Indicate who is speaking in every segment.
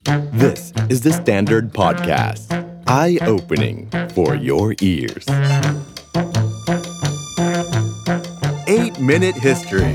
Speaker 1: This is the Standard Podcast. Eye-opening for your ears. 8-Minute History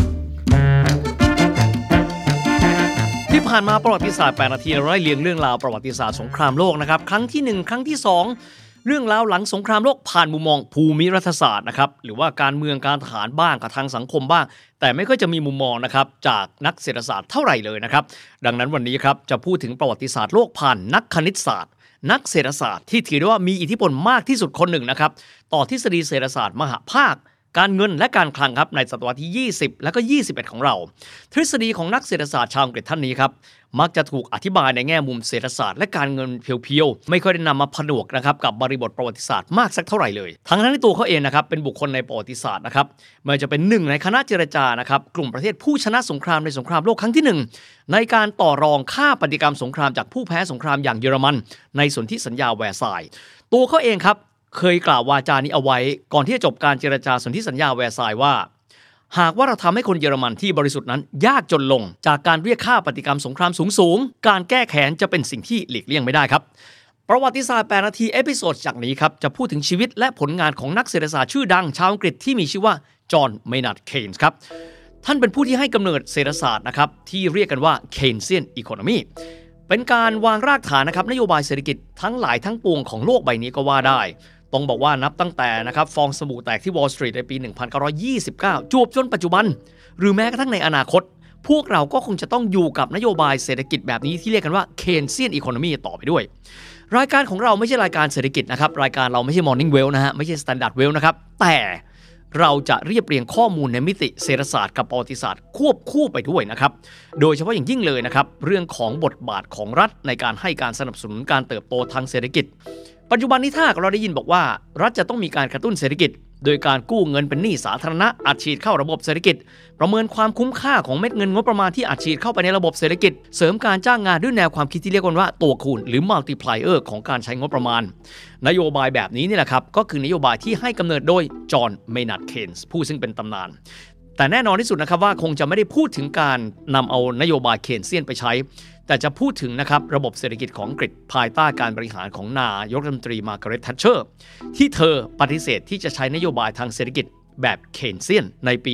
Speaker 2: ที่ผ่านมาประวัติศาสตร์8นาทีเราไล่เรียงเรื่องราวประวัติศาสตร์สงครามโลกนะครับครั้งที่1ครั้งที่2เรื่องราวหลังสงครามโลกผ่านมุมมองภูมิรัฐศาสตร์นะครับหรือว่าการเมืองการทหารบ้างกับทางสังคมบ้างแต่ไม่ค่อยจะมีมุมมองนะครับจากนักเศรษฐศาสตร์เท่าไหร่เลยนะครับดังนั้นวันนี้ครับจะพูดถึงประวัติศาสตร์โลกผ่านนักคณิตศาสตร์นักเศรษฐศาสตร์ที่ถือได้ว่ามีอิทธิพลมากที่สุดคนหนึ่งนะครับต่อทฤษฎีเศรษฐศาสตร์มหภาคการเงินและการคลังครับในศตวรรษที่20และก็21ของเราทฤษฎีของนักเศรษฐศาสตร์ชาวอังกฤษท่านนี้ครับมักจะถูกอธิบายในแง่มุมเศรษฐศาสตร์และการเงินเพียวๆไม่ค่อยได้นำมาผนวกนะครับกับบริบทประวัติศาสตร์มากสักเท่าไหร่เลยทั้งที่ตัวเขาเองนะครับเป็นบุคคลในประวัติศาสตร์นะครับไม่ว่าจะเป็นหนึ่งในคณะเจรจานะครับกลุ่มประเทศผู้ชนะสงครามในสงครามโลกครั้งที่1ในการต่อรองค่าปฏิกรรมสงครามจากผู้แพ้สงครามอย่างเยอรมันในสนธิสัญญาแวร์ซายน์ตัวเขาเองครับเคยกล่าววาจานี้เอาไว้ก่อนที่จะจบการเจรจาสนธิสัญญาแวร์ซายน์ว่าหากว่าเราทำให้คนเยอรมันที่บริสุทธิ์นั้นยากจนลงจากการเรียกค่าปฏิกรรมสงครามสูงๆการแก้แค้นจะเป็นสิ่งที่หลีกเลี่ยงไม่ได้ครับประวัติศาสตร์8นาทีเอพิโซดจากนี้ครับจะพูดถึงชีวิตและผลงานของนักเศรษฐศาสตร์ชื่อดังชาวอังกฤษที่มีชื่อว่าจอห์นเมนาร์ด เคนส์ครับท่านเป็นผู้ที่ให้กำเนิดเศรษฐศาสตร์นะครับที่เรียกกันว่า Keynesian Economy เป็นการวางรากฐานนะครับนโยบายเศรษฐกิจทั้งหลายทั้งปวงของโลกใบนี้ก็ว่าได้ต้องบอกว่านับตั้งแต่นะครับฟองสบู่แตกที่ Wall Street ในปี 1929 จวบจนปัจจุบันหรือแม้กระทั่งในอนาคตพวกเราก็คงจะต้องอยู่กับนโยบายเศรษฐกิจแบบนี้ที่เรียกกันว่า Keynesian Economy ต่อไปด้วยรายการของเราไม่ใช่รายการเศรษฐกิจนะครับรายการเราไม่ใช่ Morning Well นะฮะไม่ใช่ Standard Well นะครับแต่เราจะเรียบเรียงข้อมูลในมิติเศรษฐศาสตร์กับประวัติศาสตร์ควบคู่ไปด้วยนะครับโดยเฉพาะอย่างยิ่งเลยนะครับเรื่องของบทบาทของรัฐในการให้การสนับสนุนการเติบโตทางเศรษฐกิจปัจจุบันนี้ถ้าเราได้ยินบอกว่ารัฐจะต้องมีการกระตุ้นเศรษฐกิจโดยการกู้เงินเป็นหนี้สาธารณะอัดฉีดเข้าระบบเศรษฐกิจประเมินความคุ้มค่าของเม็ดเงินงบประมาณที่อัดฉีดเข้าไปในระบบเศรษฐกิจเสริมการจ้างงานด้วยแนวความคิดที่เรียกว่าตัวคูณหรือ multiplier ของการใช้งบประมาณนโยบายแบบนี้นี่แหละครับก็คือนโยบายที่ให้กำเนิดโดยจอห์นเมนาร์ด เคนส์ผู้ซึ่งเป็นตำนานแต่แน่นอนที่สุดนะครับว่าคงจะไม่ได้พูดถึงการนำเอานโยบายเคนเซียนไปใช้แต่จะพูดถึงนะครับระบบเศรษฐกิจของอังกฤษภายใต้การบริหารของนายกรัฐมนตรีมาร์กาเร็ต แทชเชอร์ที่เธอปฏิเสธที่จะใช้นโยบายทางเศรษฐกิจแบบเคนเซียนในปี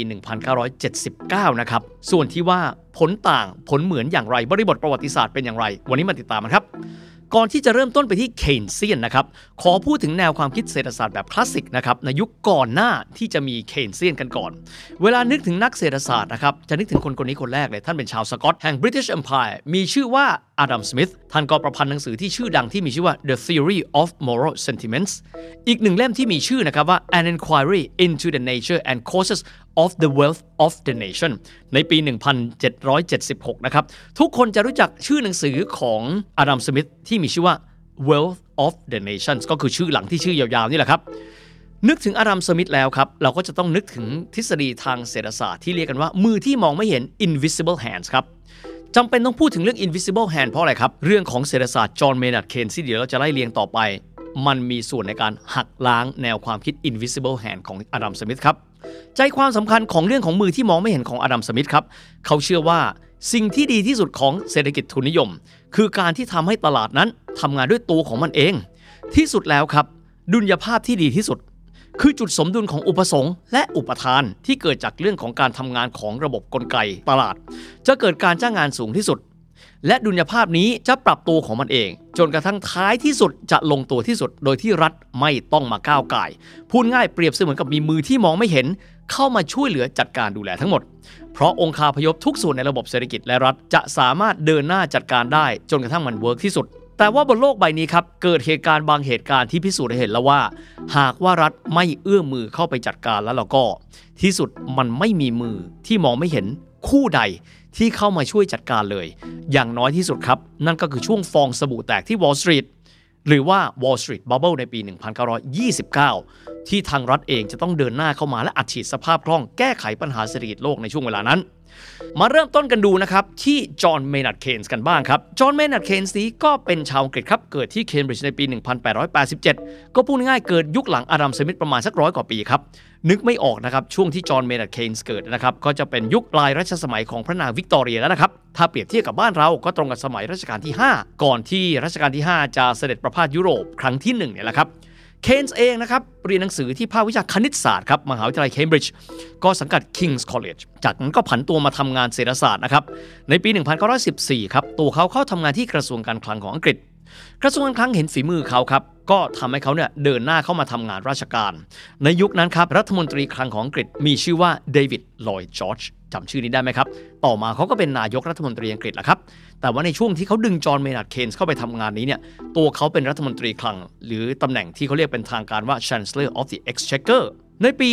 Speaker 2: 1979 นะครับส่วนที่ว่าผลต่างผลเหมือนอย่างไรบริบทประวัติศาสตร์เป็นอย่างไรวันนี้มาติดตามกันครับก่อนที่จะเริ่มต้นไปที่เคนเซียนนะครับขอพูดถึงแนวความคิดเศรษฐศาสตร์แบบคลาสสิกนะครับในยุคก่อนหน้าที่จะมีเคนเซียนกันก่อนเวลานึกถึงนักเศรษฐศาสตร์นะครับจะนึกถึงคนนี้คนแรกเลยท่านเป็นชาวสกอตแห่ง British Empire มีชื่อว่าอดัม สมิธท่านก็ประพันธ์หนังสือที่ชื่อดังที่มีชื่อว่า The Theory of Moral Sentiments อีกหนึ่งเล่มที่มีชื่อนะครับว่า An Inquiry into the Nature and Causes of the Wealth of the Nation ในปี 1776 นะครับทุกคนจะรู้จักชื่อหนังสือของอดัม สมิธที่มีชื่อว่า Wealth of the Nations ก็คือชื่อหลังที่ชื่อยาวๆนี่แหละครับนึกถึงอดัม สมิธแล้วครับเราก็จะต้องนึกถึงทฤษฎีทางเศรษฐศาสตร์ที่เรียกกันว่ามือที่มองไม่เห็น invisible hands ครับจำเป็นต้องพูดถึงเรื่อง invisible hand เพราะอะไรครับเรื่องของเศรษฐศาสตร์จอห์น เมนาร์ด เคนส์ที่เดี๋ยวเราจะไล่เรียงต่อไปมันมีส่วนในการหักล้างแนวความคิด invisible hand ของอดัม สมิธครับใจความสำคัญของเรื่องของมือที่มองไม่เห็นของอดัม สมิธครับเขาเชื่อว่าสิ่งที่ดีที่สุดของเศรษฐกิจทุนนิยมคือการที่ทำให้ตลาดนั้นทำงานด้วยตัวของมันเองที่สุดแล้วครับดุลยภาพที่ดีที่สุดคือจุดสมดุลของอุปสงค์และอุปทานที่เกิดจากเรื่องของการทำงานของระบบกลไกตลาดจะเกิดการจ้างงานสูงที่สุดและดุลยภาพนี้จะปรับตัวของมันเองจนกระทั่งท้ายที่สุดจะลงตัวที่สุดโดยที่รัฐไม่ต้องมาก้าวก่ายพูดง่ายเปรียบเสมือนกับมีมือที่มองไม่เห็นเข้ามาช่วยเหลือจัดการดูแลทั้งหมดเพราะองคาพยพทุกส่วนในระบบเศรษฐกิจและรัฐจะสามารถเดินหน้าจัดการได้จนกระทั่งมันเวิร์กที่สุดแต่ว่าบนโลกใบนี้ครับเกิดเหตุการณ์บางเหตุการณ์ที่พิสูจน์ให้เห็นแล้วว่าหากว่ารัฐไม่เอื้อมมือเข้าไปจัดการแล้วเราก็ที่สุดมันไม่มีมือที่มองไม่เห็นคู่ใดที่เข้ามาช่วยจัดการเลยอย่างน้อยที่สุดครับนั่นก็คือช่วงฟองสบู่แตกที่ Wall Street หรือว่า Wall Street Bubble ในปี 1929 ที่ทางรัฐเองจะต้องเดินหน้าเข้ามาและอัดฉีดสภาพคล่องแก้ไขปัญหาเศรษฐกิจโลกในช่วงเวลานั้นมาเริ่มต้นกันดูนะครับที่จอห์น เมนาร์ด เคนส์กันบ้างครับจอห์น เมนาร์ด เคนส์นี้ก็เป็นชาวอังกฤษครับเกิดที่เคมบริดจ์ในปี 1887 ก็พูดง่ายๆเกิดยุคหลังอดัม สมิธประมาณสัก100 กว่าปีครับนึกไม่ออกนะครับช่วงที่จอห์นเมนาร์ดเคนส์เกิดนะครับก็จะเป็นยุคปลายรัชสมัยของพระนางวิกตอเรียแล้วนะครับถ้าเปรียบเทียบกับบ้านเราก็ตรงกับสมัยรัชกาลที่5ก่อนที่รัชกาลที่5จะเสด็จประพาสยุโรปครั้งที่1เนี่ยแหละครับเคนส์เองนะครับเรียนหนังสือที่ภาควิชาคณิตศาสตร์ครับมหาวิทยาลัยเคมบริดจ์ก็สังกัด King's College จากนั้นก็ผันตัวมาทำงานเศรษฐศาสตร์นะครับในปี 1914 ครับตัวเขาเข้าทำงานที่กระทรวงการคลังของอังกฤษกระทรวงการคลังเห็นฝีมือเขาครับก็ทำให้เขาเนี่ยเดินหน้าเข้ามาทำงานราชการในยุคนั้นครับรัฐมนตรีคลังของอังกฤษมีชื่อว่าเดวิดลอยด์จอร์จจำชื่อนี้ได้ไหมครับต่อมาเขาก็เป็นนายกรัฐมนตรีอังกฤษแหละครับแต่ว่าในช่วงที่เขาดึงจอห์นเมนาร์ดเคนส์เข้าไปทำงานนี้เนี่ยตัวเขาเป็นรัฐมนตรีคลังหรือตำแหน่งที่เขาเรียกเป็นทางการว่า Chancellor of the Exchequer ในปี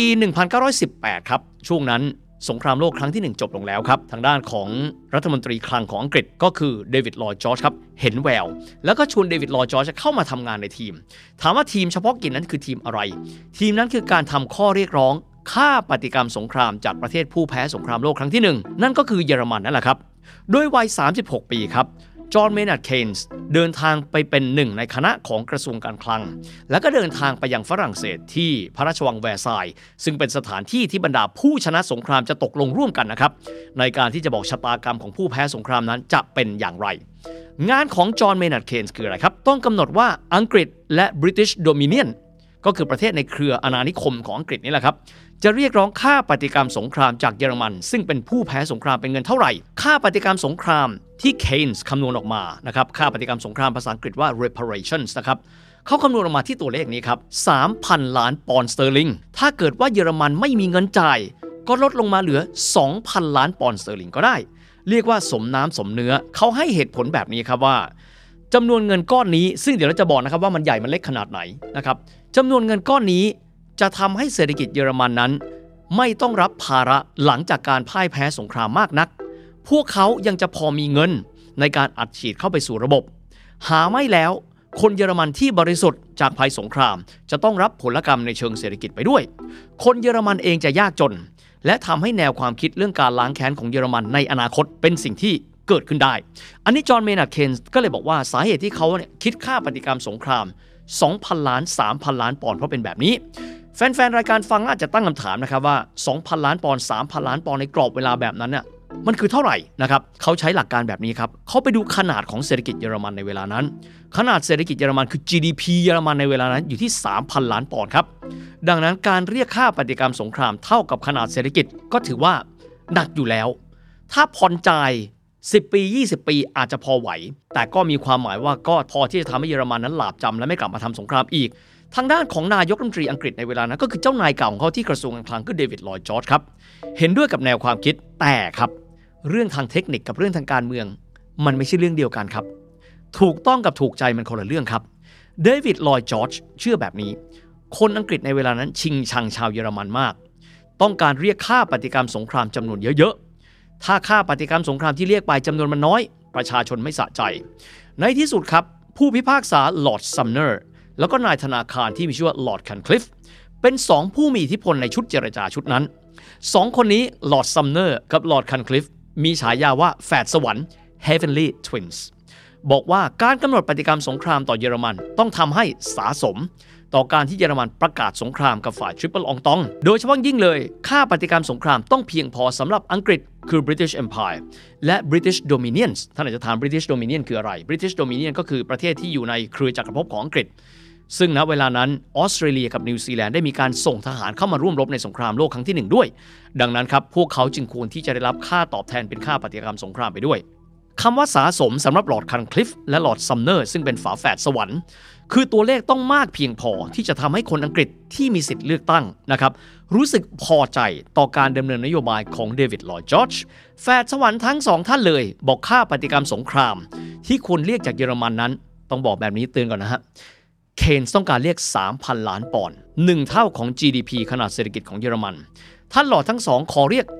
Speaker 2: 1918 ครับช่วงนั้นสงครามโลกครั้งที่1จบลงแล้วครับทางด้านของรัฐมนตรีคลังของอังกฤษก็คือเดวิดลอยด์จอร์จครับเห็นแววแล้วก็ชวนเดวิดลอยด์จอร์จเข้ามาทำงานในทีมถามว่าทีมเฉพาะกิจนั้นคือทีมอะไรทีมนั้นคือการทำข้อเรียกร้องค่าปฏิกรรมสงครามจากประเทศผู้แพ้สงครามโลกครั้งที่1นั่นก็คือเยอรมันนั่นแหละครับโดยวัย36 ปีครับจอห์นเมนาร์ดเคนส์เดินทางไปเป็นหนึ่งในคณะของกระทรวงการคลังแล้วก็เดินทางไปยังฝรั่งเศสที่พระราชวังแวร์ซายน์ซึ่งเป็นสถานที่ที่บรรดาผู้ชนะสงครามจะตกลงร่วมกันนะครับในการที่จะบอกชะตากรรมของผู้แพ้สงครามนั้นจะเป็นอย่างไรงานของจอห์นเมนาร์ดเคนส์คืออะไรครับต้องกำหนดว่าอังกฤษและ British Dominion ก็คือประเทศในเครืออาณานิคมของอังกฤษนี่แหละครับจะเรียกร้องค่าปฏิกรรมสงครามจากเยอรมันซึ่งเป็นผู้แพ้สงครามเป็นเงินเท่าไหร่ค่าปฏิกรรมสงครามที่เคนส์คำนวณออกมานะครับค่าปฏิกรรมสงครามภาษาอังกฤษว่า reparations นะครับเขาคำนวณออกมาที่ตัวเลขนี้ครับ 3,000 ล้านปอนด์สเตอร์ลิงถ้าเกิดว่าเยอรมันไม่มีเงินจ่ายก็ลดลงมาเหลือ 2,000 ล้านปอนด์สเตอร์ลิงก็ได้เรียกว่าสมน้ำสมเนื้อเขาให้เหตุผลแบบนี้ครับว่าจำนวนเงินก้อนนี้ซึ่งเดี๋ยวเราจะบอกนะครับว่ามันใหญ่มันเล็กขนาดไหนนะครับจำนวนเงินก้อนนี้จะทำให้เศรษฐกิจเยอรมันนั้นไม่ต้องรับภาระหลังจากการพ่ายแพ้สงครามมากนักพวกเขายังจะพอมีเงินในการอัดฉีดเข้าไปสู่ระบบหาไม่แล้วคนเยอรมันที่บริสุทธิ์จากภัยสงครามจะต้องรับผลกรรมในเชิงเศรษฐกิจไปด้วยคนเยอรมันเองจะยากจนและทำให้แนวความคิดเรื่องการล้างแค้นของเยอรมันในอนาคตเป็นสิ่งที่เกิดขึ้นได้อันนี้จอห์นเมนาร์ดเคนส์ก็เลยบอกว่าสาเหตุที่เขาคิดค่าปฏิกรรมสงคราม 2,000 ล้าน 3,000 ล้านปอนด์เพราะเป็นแบบนี้แฟนๆรายการฟังอาจจะตั้งคำถามนะครับว่า 2,000 ล้านปอนด์ 3,000 ล้านปอนด์ในกรอบเวลาแบบนั้นเนี่ยมันคือเท่าไหร่นะครับเขาใช้หลักการแบบนี้ครับเขาไปดูขนาดของเศรษฐกิจเยอรมันในเวลานั้นขนาดเศรษฐกิจเยอรมันคือ GDP เยอรมันในเวลานั้นอยู่ที่ 3,000 ล้านปอนด์ครับดังนั้นการเรียกค่าปฏิกรรมสงครามเท่ากับขนาดเศรษฐกิจก็ถือว่าหนักอยู่แล้วถ้าผ่อนจ่าย10 ปี 20 ปีอาจจะพอไหวแต่ก็มีความหมายว่าก็พอที่จะทำให้เยอรมันนั้นหลาบจำและไม่กลับมาทำสงครามอีกทางด้านของนายกรัฐมนตรีอังกฤษในเวลานั้นก็คือเจ้านายเก่าของเขาที่กระทรวงการคลังคือเดวิดลอยด์จอร์จครับเห็นด้วยกับแนวความคิดแต่ครับเรื่องทางเทคนิคกับเรื่องทางการเมืองมันไม่ใช่เรื่องเดียวกันครับถูกต้องกับถูกใจมันคนละเรื่องครับเดวิดลอยด์จอร์จเชื่อแบบนี้คนอังกฤษในเวลานั้นชิงชังชาวเยอรมันมากต้องการเรียกค่าปฏิกรรมสงครามจำนวนเยอะๆถ้าค่าปฏิกรรมสงครามที่เรียกไปจำนวนมันน้อยประชาชนไม่สะใจในที่สุดครับผู้พิพากษาลอร์ดซัมเนอร์แล้วก็นายธนาคารที่มีชื่อว่าลอร์ดแคนคลิฟเป็น2ผู้มีอิทธิพลในชุดเจรจาชุดนั้น2คนนี้ลอร์ดซัมเนอร์กับลอร์ดแคนคลิฟมีฉายาว่าแฝดสวรรค์ Heavenly Twins บอกว่าการกำหนดปฏิกรรมสงครามต่อเยอรมันต้องทำให้สะสมต่อการที่เยอรมันประกาศสงครามกับฝ่ายทริปเปิลอองตองโดยเฉพาะยิ่งเลยค่าปฏิกรรมสงครามต้องเพียงพอสำหรับอังกฤษคือ British Empire และ British Dominions ท่านอาจจะถาม British Dominion คืออะไร British Dominion ก็คือประเทศที่อยู่ในเครือจักรภพของอังกฤษซึ่งณเวลานั้นออสเตรเลียกับนิวซีแลนด์ได้มีการส่งทหารเข้ามาร่วมรบในสงครามโลกครั้งที่1ด้วยดังนั้นครับพวกเขาจึงควรที่จะได้รับค่าตอบแทนเป็นค่าปฏิกรรมสงครามไปด้วยคำว่าสะสมสำหรับลอร์ดแคนคลิฟและลอร์ดซัมเนอร์ซึ่งเป็นฝาแฝดสวรรค์คือตัวเลขต้องมากเพียงพอที่จะทำให้คนอังกฤษที่มีสิทธิ์เลือกตั้งนะครับรู้สึกพอใจต่อการดำเนินนโยบายของเดวิดลอยด์จอร์จแฝดสวรรค์ทั้ง2ท่านเลยบอกค่าปฏิกรรมสงครามที่ควรเรียกจากเยอรมันนั้นต้องบอกแบบนี้เตือนก่อนนะฮะเคนส์ต้องการเรียก 3,000 ล้านปอนด์1เท่าของ GDP ขนาดเศรษฐกิจของเยอรมันท่านหลอร์ดทั้ง2ขอเรียก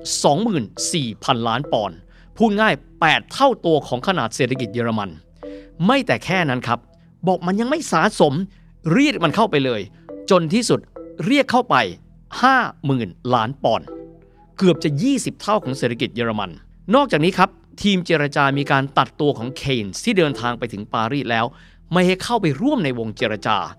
Speaker 2: 24,000 ล้านปอนด์พูดง่าย8เท่าตัวของขนาดเศรษฐกิจเยอรมันไม่แต่แค่นั้นครับบอกมันยังไม่สะสมเรียกมันเข้าไปเลยจนที่สุดเรียกเข้าไป 50,000 ล้านปอนด์เกือบจะ20เท่าของเศรษฐกิจเยอรมันนอกจากนี้ครับทีมเจรจามีการตัดตัวของเคนส์ที่เดินทางไปถึงปารีสแล้วไม่ให้เข้าไปร่วมในวงเจรจา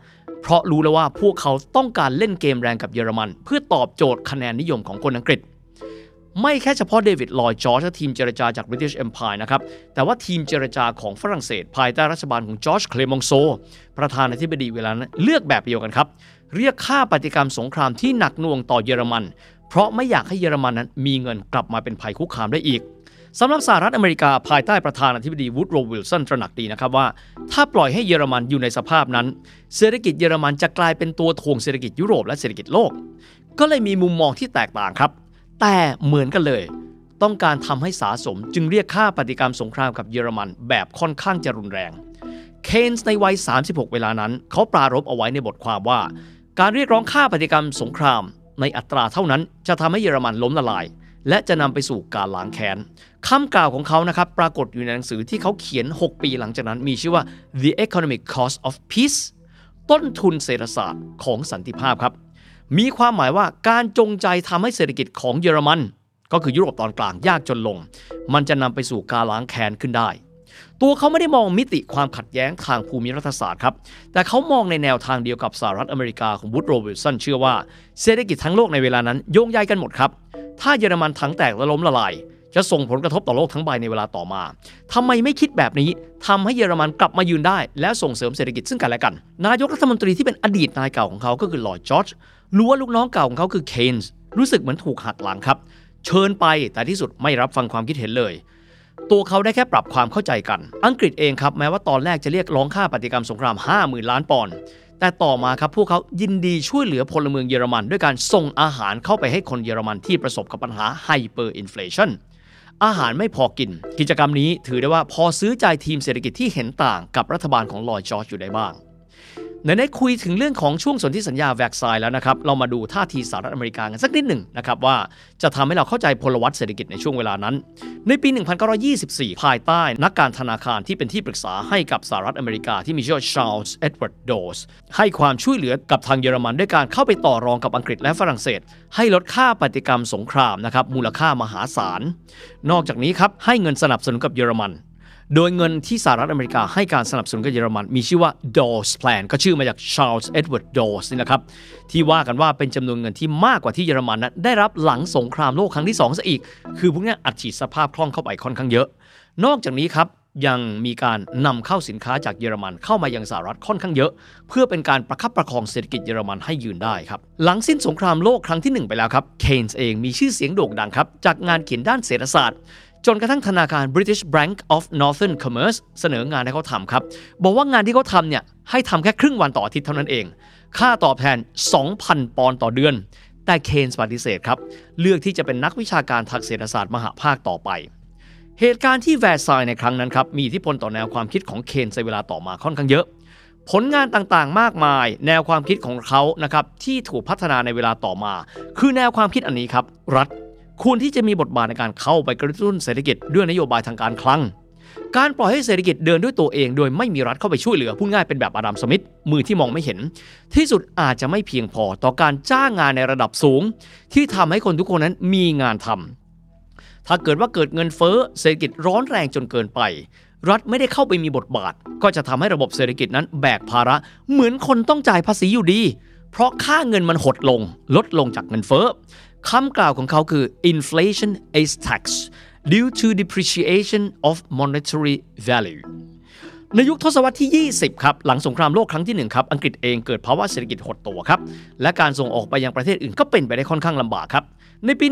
Speaker 2: เพราะรู้แล้วว่าพวกเขาต้องการเล่นเกมแรงกับเยอรมันเพื่อตอบโจทย์คะแนนนิยมของคนอังกฤษไม่แค่เฉพาะเดวิด ลอยด์ จอร์จและทีมเจรจาจาก British Empire นะครับแต่ว่าทีมเจรจาของฝรั่งเศสภายใต้รัฐบาลของจอร์จ เคลมองโซประธานาธิบดีเวลานั้นเลือกแบบเดียวกันครับเรียกค่าปฏิกรรมสงครามที่หนักหน่วงต่อเยอรมันเพราะไม่อยากให้เยอรมันนั้นมีเงินกลับมาเป็นภัยคุกคามได้อีกสำหรับสหรัฐอเมริกาภายใต้ประธานาธิบดีวูดโรว์ วิลสันตระหนักดีนะครับว่าถ้าปล่อยให้เยอรมันอยู่ในสภาพนั้นเศรษฐกิจเยอรมันจะกลายเป็นตัวถ่วงเศรษฐกิจยุโรปและเศรษฐกิจโลกก็เลยมีมุมมองที่แตกต่างครับแต่เหมือนกันเลยต้องการทำให้สะสมจึงเรียกค่าปฏิกรรมสงครามกับเยอรมันแบบค่อนข้างจะรุนแรงเคนส์ในวัย36เวลานั้นเขาปรารภเอาไว้ในบทความว่าการเรียกร้องค่าปฏิกรรมสงครามในอัตราเท่านั้นจะทำให้เยอรมันล้มละลายและจะนำไปสู่การล้างแค้นคำกล่าวของเขานะครับปรากฏอยู่ในหนังสือที่เขาเขียน6ปีหลังจากนั้นมีชื่อว่า The Economic Cost of Peace ต้นทุนเศรษฐศาสตร์ของสันติภาพครับมีความหมายว่าการจงใจทำให้เศรษฐกิจของเยอรมันก็คือยุโรปตอนกลางยากจนลงมันจะนำไปสู่การล้างแค้นขึ้นได้ตัวเขาไม่ได้มองมิติความขัดแย้งทางภูมิรัฐศาสตร์ครับแต่เขามองในแนวทางเดียวกับสหรัฐอเมริกาของวูดโรว์ วิลสันเชื่อว่าเศรษฐกิจทั้งโลกในเวลานั้นโยงใยกันหมดครับถ้าเยอรมันถังแตกและล้มละลายจะส่งผลกระทบต่อโลกทั้งใบในเวลาต่อมาทำไมไม่คิดแบบนี้ทำให้เยอรมันกลับมายืนได้และส่งเสริมเศรษฐกิจซึ่งกันและกันนายกรัฐมนตรีที่เป็นอดีตนายเก่าของเขาก็คือลอยด์ จอร์จรู้ว่าลูกน้องเก่าของเขาคือเคนส์รู้สึกเหมือนถูกหักหลังครับเชิญไปแต่ที่สุดไม่รับฟังความคิดเห็นเลยตัวเขาได้แค่ปรับความเข้าใจกันอังกฤษเองครับแม้ว่าตอนแรกจะเรียกร้องค่าปฏิกรรมสงคราม 50,000 ล้านปอนด์แต่ต่อมาครับพวกเขายินดีช่วยเหลือพลเมืองเยอรมันด้วยการส่งอาหารเข้าไปให้คนเยอรมันที่ประสบกับปัญหาไฮเปอร์อินเฟลชันอาหารไม่พอกินกิจกรรมนี้ถือได้ว่าพอซื้อใจทีมเศรษฐกิจที่เห็นต่างกับรัฐบาลของลอยด์ จอร์จอยู่ได้บ้างในคุยถึงเรื่องของช่วงสนธิสัญญาแวร์ซายน์แล้วนะครับเรามาดูท่าทีสหรัฐอเมริกากันสักนิดหนึ่งนะครับว่าจะทำให้เราเข้าใจพลวัตเศรษฐกิจในช่วงเวลานั้นในปี 1924 ภายใต้นักการธนาคารที่เป็นที่ปรึกษาให้กับสหรัฐอเมริกาที่มีชื่อชาร์ลส์ เอ็ดเวิร์ด โดสให้ความช่วยเหลือกับทางเยอรมันด้วยการเข้าไปต่อรองกับอังกฤษและฝรั่งเศสให้ลดค่าปฏิกรรมสงครามนะครับมูลค่ามหาศาลนอกจากนี้ครับให้เงินสนับสนุนกับเยอรมันโดยเงินที่สหรัฐอเมริกาให้การสนับสนุนกับเยอรมันมีชื่อว่า Dawes Plan ก็ชื่อมาจาก Charles Edward Dawes นี่นะครับที่ว่ากันว่าเป็นจำนวนเงินที่มากกว่าที่เยอรมันนั้นได้รับหลังสงครามโลกครั้งที่2ซะอีกคือพวกนี้อัดฉีดสภาพคล่องเข้าไปค่อนข้างเยอะนอกจากนี้ครับยังมีการนำเข้าสินค้าจากเยอรมันเข้ามายังสหรัฐค่อนข้างเยอะเพื่อเป็นการประคับประคองเศรษฐกิจเยอรมันให้ยืนได้ครับหลังสิ้นสงครามโลกครั้งที่1ไปแล้วครับเคนส์เองมีชื่อเสียงโด่งดังครับจากงานเขียนด้านเศรษฐศาสตร์จนกระทั่งธนาคาร British Bank of Northern Commerce เสนองานให้เขาทำครับบอกว่างานที่เขาทำเนี่ยให้ทำแค่ครึ่งวันต่ออาทิตย์เท่านั้นเองค่าตอบแทน 2,000 ปอนด์ต่อเดือนแต่เคนส์ปฏิเสธครับเลือกที่จะเป็นนักวิชาการทางเศรษฐศาสตร์มหาภาคต่อไปเหตุการณ์ที่แวร์ซายน์ในครั้งนั้นครับมีอิทธิพลต่อแนวความคิดของเคนส์ในเวลาต่อมาค่อนข้างเยอะผลงานต่างๆมากมายแนวความคิดของเขานะครับที่ถูกพัฒนาในเวลาต่อมาคือแนวความคิดอันนี้ครับรัฐควรที่จะมีบทบาทในการเข้าไปกระตุ้นเศรษฐกิจด้วยนโยบายทางการคลังการปล่อยให้เศรษฐกิจเดินด้วยตัวเองโดยไม่มีรัฐเข้าไปช่วยเหลือพูดง่ายเป็นแบบอดัม สมิธมือที่มองไม่เห็นที่สุดอาจจะไม่เพียงพอต่อการจ้างงานในระดับสูงที่ทำให้คนทุกคนนั้นมีงานทำถ้าเกิดว่าเกิดเงินเฟ้อเศรษฐกิจร้อนแรงจนเกินไปรัฐไม่ได้เข้าไปมีบทบาทก็จะทำให้ระบบเศรษฐกิจนั้นแบกภาระเหมือนคนต้องจ่ายภาษีอยู่ดีเพราะค่าเงินมันหดลงลดลงจากเงินเฟ้อคำกล่าวของเขาคือ inflation is tax due to depreciation of monetary value ในยุคทศวรรษที่ 20 ครับหลังสงครามโลกครั้งที่1ครับอังกฤษเองเกิดภาวะเศรษฐกิจหดตัวครับและการส่งออกไปยังประเทศอื่นก็เป็นไปได้ค่อนข้างลำบากครับในปี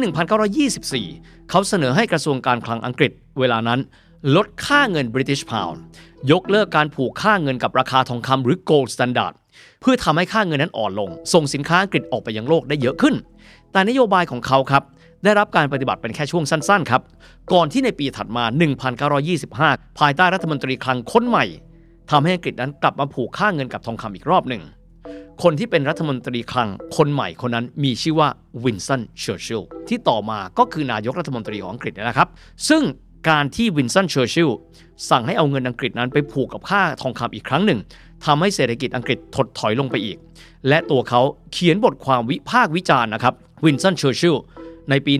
Speaker 2: 1924 เขาเสนอให้กระทรวงการคลังอังกฤษเวลานั้นลดค่าเงิน British Pound ยกเลิกการผูกค่าเงินกับราคาทองคำหรือ Gold Standard เพื่อทำให้ค่าเงินนั้นอ่อนลงส่งสินค้าอังกฤษออกไปยังโลกได้เยอะขึ้นแต่นโยบายของเขาครับได้รับการปฏิบัติเป็นแค่ช่วงสั้นๆครับก่อนที่ในปีถัดมา 1925 ภายใต้รัฐมนตรีคลังคนใหม่ทำให้อังกฤษนั้นกลับมาผูกค่าเงินกับทองคำอีกรอบหนึ่งคนที่เป็นรัฐมนตรีคลังคนใหม่คนนั้นมีชื่อว่าวินสตัน เชอร์ชิลล์ที่ต่อมาก็คือนายกรัฐมนตรีของอังกฤษนะครับซึ่งการที่วินสตัน เชอร์ชิลล์สั่งให้เอาเงินอังกฤษนั้นไปผูกกับค่าทองคำอีกครั้งหนึ่งทำให้เศรษฐกิจอังกฤษถดถอยลงไปอีกและตัวเขาเขียนบทความวิพากษ์วิจารณ์นะครับวินสตัน เชอร์ชิลล์ในปี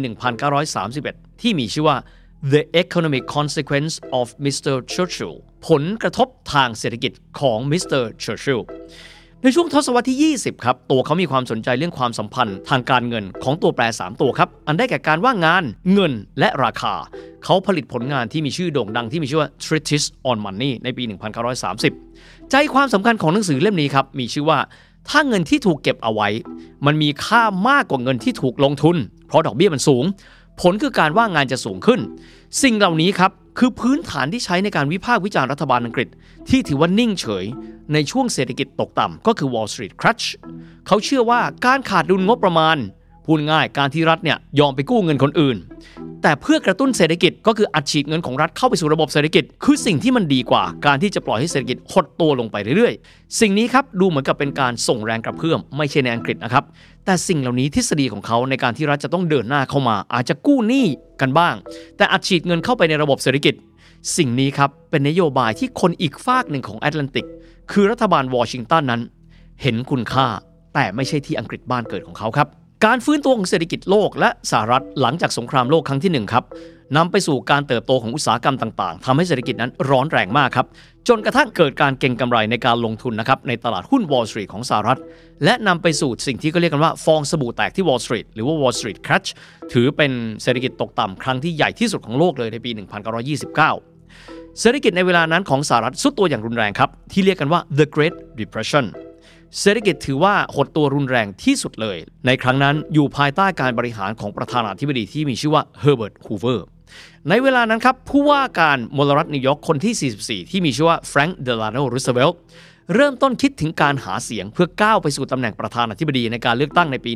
Speaker 2: 1931 ที่มีชื่อว่า The Economic Consequence of Mr. Churchill ผลกระทบทางเศรษฐกิจของมิสเตอร์ เชอร์ชิลล์ในช่วงทศวรรษที่20ครับตัวเขามีความสนใจเรื่องความสัมพันธ์ทางการเงินของตัวแปร3ตัวครับอันได้แก่การว่างงานเงินและราคาเขาผลิตผลงานที่มีชื่อโด่งดังที่มีชื่อว่า Treatise on Money ในปี 1930 ใจความสำคัญของหนังสือเล่มนี้ครับมีชื่อว่าถ้าเงินที่ถูกเก็บเอาไว้มันมีค่ามากกว่าเงินที่ถูกลงทุนเพราะดอกเบี้ยมันสูงผลคือการว่างงานจะสูงขึ้นสิ่งเหล่านี้ครับคือพื้นฐานที่ใช้ในการวิพากษ์วิจารณ์รัฐบาลอังกฤษที่ถือว่านิ่งเฉยในช่วงเศรษฐกิจตกต่ำก็คือ Wall Street Crash เขาเชื่อว่าการขาดดุลงบประมาณพูดง่ายการที่รัฐเนี่ยยอมไปกู้เงินคนอื่นแต่เพื่อกระตุ้นเศรษฐกิจก็คืออัดฉีดเงินของรัฐเข้าไปสู่ระบบเศรษฐกิจคือสิ่งที่มันดีกว่าการที่จะปล่อยให้เศรษฐกิจหดตัวลงไปเรื่อยๆสิ่งนี้ครับดูเหมือนกับเป็นการส่งแรงกระเพื่อมไม่ใช่ในอังกฤษนะครับแต่สิ่งเหล่านี้ทฤษฎีของเขาในการที่รัฐจะต้องเดินหน้าเข้ามาอาจจะกู้หนี้กันบ้างแต่อัดฉีดเงินเข้าไปในระบบเศรษฐกิจสิ่งนี้ครับเป็นนโยบายที่คนอีกฝากหนึ่งของแอตแลนติกคือรัฐบาลวอชิงตันนั้นเห็นคุณค่าแต่ไม่ใช่ที่อังกฤษบ้านเกิดของเขาครับการฟื้นตัวของเศรษฐกิจโลกและสหรัฐหลังจากสงครามโลกครั้งที่1ครับนำไปสู่การเติบโตของอุตสาหกรรมต่างๆทำให้เศรษฐกิจนั้นร้อนแรงมากครับจนกระทั่งเกิดการเก็งกำไรในการลงทุนนะครับในตลาดหุ้น Wall Street ของสหรัฐและนำไปสู่สิ่งที่ก็เรียกกันว่าฟองสบู่แตกที่ Wall Street หรือว่า Wall Street Crash ถือเป็นเศรษฐกิจตกต่ำครั้งที่ใหญ่ที่สุดของโลกเลยในปี 1929 เศรษฐกิจในเวลานั้นของสหรัฐทรุดตัวอย่างรุนแรงครับที่เรียกกันว่า The Great Depressionเศรษฐกิจถือว่าหดตัวรุนแรงที่สุดเลยในครั้งนั้นอยู่ภายใต้การบริหารของประธานาธิบดีที่มีชื่อว่าเฮอร์เบิร์ตฮูเวอร์ในเวลานั้นครับผู้ว่าการมลรัฐนิวยอร์กคนที่44ที่มีชื่อว่าแฟรงค์เดลาโนรูสเวลต์เริ่มต้นคิดถึงการหาเสียงเพื่อก้าวไปสู่ตำแหน่งประธานาธิบดีในการเลือกตั้งในปี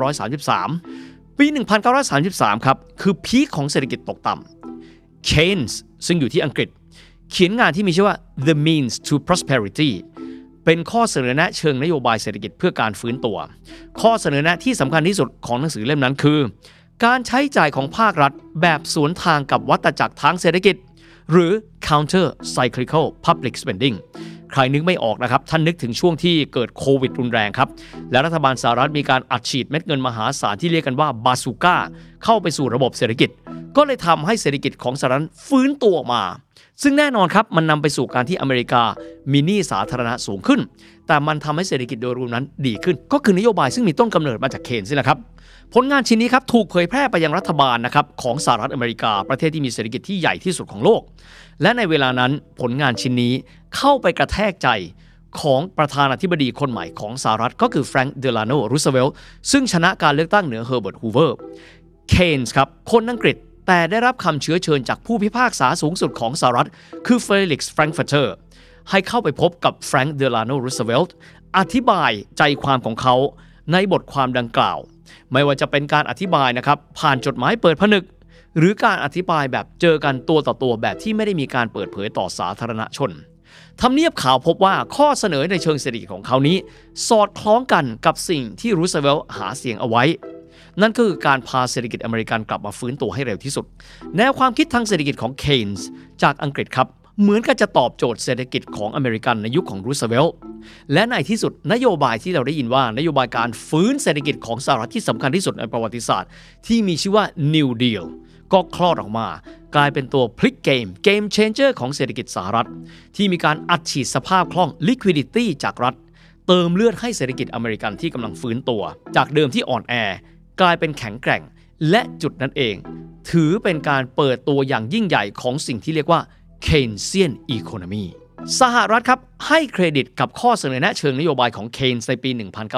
Speaker 2: 1933 ปี 1933 ครับคือพีคของเศรษฐกิจตกต่ำเคนส์ซึ่งอยู่ที่อังกฤษเขียนงานที่มีชื่อว่า The Means to Prosperityเป็นข้อเสนอแนะเชิงนโยบายเศรษฐกิจเพื่อการฟื้นตัวข้อเสนอแนะที่สำคัญที่สุดของหนังสือเล่มนั้นคือการใช้จ่ายของภาครัฐแบบสวนทางกับวัฏจักรทางเศรษฐกิจหรือ counter cyclical public spending ใครนึกไม่ออกนะครับท่านนึกถึงช่วงที่เกิดโควิดรุนแรงครับและรัฐบาลสหรัฐมีการอัดฉีดเม็ดเงินมหาศาลที่เรียกกันว่าบาซูก้าเข้าไปสู่ระบบเศรษฐกิจก็เลยทำให้เศรษฐกิจของสหรัฐฟื้นตัวมาซึ่งแน่นอนครับมันนำไปสู่การที่อเมริกามีหนี้สาธารณะสูงขึ้นแต่มันทำให้เศรษฐกิจโดยรวมนั้นดีขึ้นก็คือนโยบายซึ่งมีต้นกำเนิดมาจากเคนส์นี่แหละครับผลงานชิ้นนี้ครับถูกเผยแพร่ไปยังรัฐบาลนะครับของสหรัฐอเมริกาประเทศที่มีเศรษฐกิจที่ใหญ่ที่สุดของโลกและในเวลานั้นผลงานชิ้นนี้เข้าไปกระแทกใจของประธานาธิบดีคนใหม่ของสหรัฐก็คือแฟรงค์เดลาโนรูสเวลต์ซึ่งชนะการเลือกตั้งเหนือเฮอร์เบิร์ตฮูเวอร์เคนส์ครับคนอังกฤษแต่ได้รับคำเชื้อเชิญจากผู้พิพากษาสูงสุดของสหรัฐคือเฟลิกซ์แฟรงก์เฟิร์เตอร์ให้เข้าไปพบกับแฟรงค์เดลาโนรูสเวลต์อธิบายใจความของเขาในบทความดังกล่าวไม่ว่าจะเป็นการอธิบายนะครับผ่านจดหมายเปิดผนึกหรือการอธิบายแบบเจอกันตัวต่อตัวแบบที่ไม่ได้มีการเปิดเผยต่อสาธารณชนทำเนียบข่าวพบว่าข้อเสนอในเชิงเศรษฐกิจของเขานี้สอดคล้องกันกับสิ่งที่รูสเวลต์หาเสียงเอาไว้นั่นก็คือการพาเศรษฐกิจอเมริกันกลับมาฟื้นตัวให้เร็วที่สุดแนวความคิดทางเศรษฐกิจของเคนส์จากอังกฤษครับเหมือนกับจะตอบโจทย์เศรษฐกิจของอเมริกันในยุคของรูสเวลต์และในที่สุดนโยบายที่เราได้ยินว่านโยบายการฟื้นเศรษฐกิจของสหรัฐที่สำคัญที่สุดในประวัติศาสตร์ที่มีชื่อว่า New Deal ก็คลอดออกมากลายเป็นตัวพลิกเกม changer ของเศรษฐกิจสหรัฐที่มีการอัดฉีดสภาพคล่อง liquidity จากรัฐเติมเลือดให้เศรษฐกิจอเมริกันที่กำลังฟื้นตัวจากเดิมที่อ่อนแอกลายเป็นแข็งแกร่งและจุดนั้นเองถือเป็นการเปิดตัวอย่างยิ่งใหญ่ของสิ่งที่เรียกว่า Keynesian Economy สหรัฐครับให้เครดิตกับข้อเสนอแนะเชิงนโยบายของเคนส์ในปี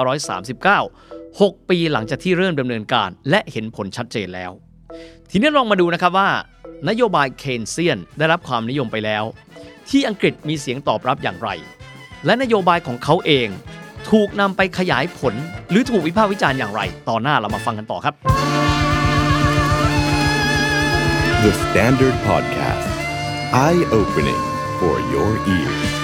Speaker 2: 1939 6 ปีหลังจากที่เริ่มดำเนินการและเห็นผลชัดเจนแล้วทีนี้ลองมาดูนะครับว่านโยบายเคนเซียนได้รับความนิยมไปแล้วที่อังกฤษมีเสียงตอบรับอย่างไรและนโยบายของเขาเองถูกนำไปขยายผลหรือถูกวิพากษ์วิจารณ์อย่างไรต่อหน้าเรามาฟังกันต่อครับ
Speaker 1: The Standard Podcast Eye Opening for your ears